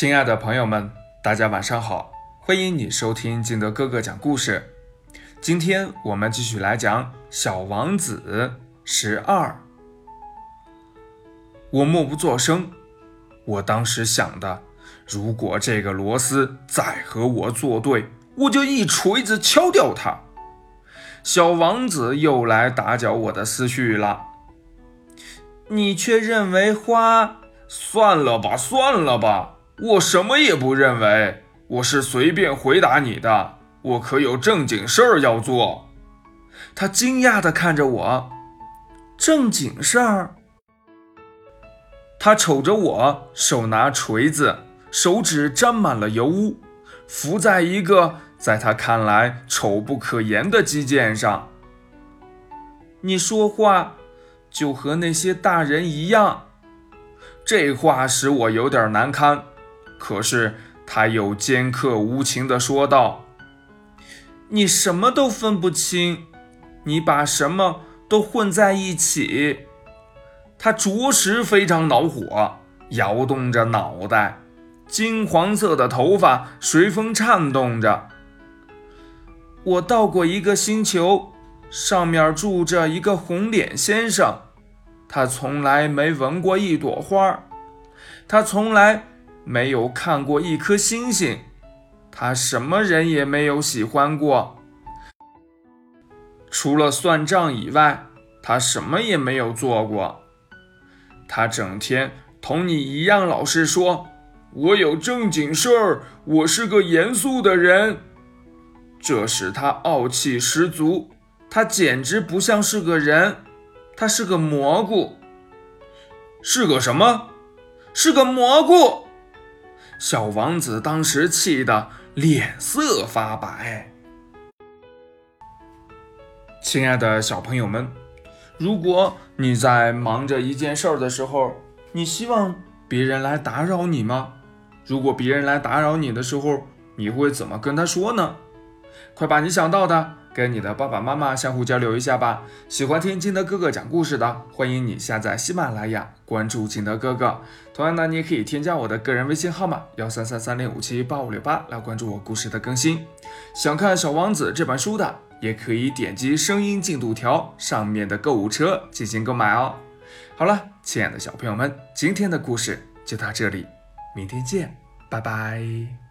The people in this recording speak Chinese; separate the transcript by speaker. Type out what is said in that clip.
Speaker 1: 亲爱的朋友们，大家晚上好，欢迎你收听金德哥哥讲故事。今天我们继续来讲《小王子12》。我默不作声，我当时想的，如果这个罗斯再和我作对，我就一锤子敲掉他。小王子又来打搅我的思绪了。你却认为花……算了吧，我什么也不认为，我是随便回答你的，我可有正经事儿要做。他惊讶地看着我，正经事儿？他瞅着我，手拿锤子，手指沾满了油污，扶在一个在他看来丑不可言的基建上。你说话就和那些大人一样。这话使我有点难堪，可是他又尖刻无情地说道：你什么都分不清，你把什么都混在一起。他着实非常恼火，摇动着脑袋，金黄色的头发随风颤动着。我到过一个星球，上面住着一个红脸先生，他从来没闻过一朵花，他从来没有看过一颗星星，他什么人也没有喜欢过。除了算账以外，他什么也没有做过。他整天同你一样老是说，我有正经事儿，我是个严肃的人。这使他傲气十足，他简直不像是个人，他是个蘑菇。是个什么？是个蘑菇！小王子当时气得脸色发白。亲爱的小朋友们，如果你在忙着一件事的时候，你希望别人来打扰你吗？如果别人来打扰你的时候，你会怎么跟他说呢？快把你想到的跟你的爸爸妈妈相互交流一下吧。喜欢听金德哥哥讲故事的，欢迎你下载喜马拉雅，关注金德哥哥。同样呢，你也可以添加我的个人微信号码13330578568来关注我故事的更新。想看《小王子》这本书的，也可以点击声音进度条上面的购物车进行购买哦。好了，亲爱的小朋友们，今天的故事就到这里，明天见，拜拜。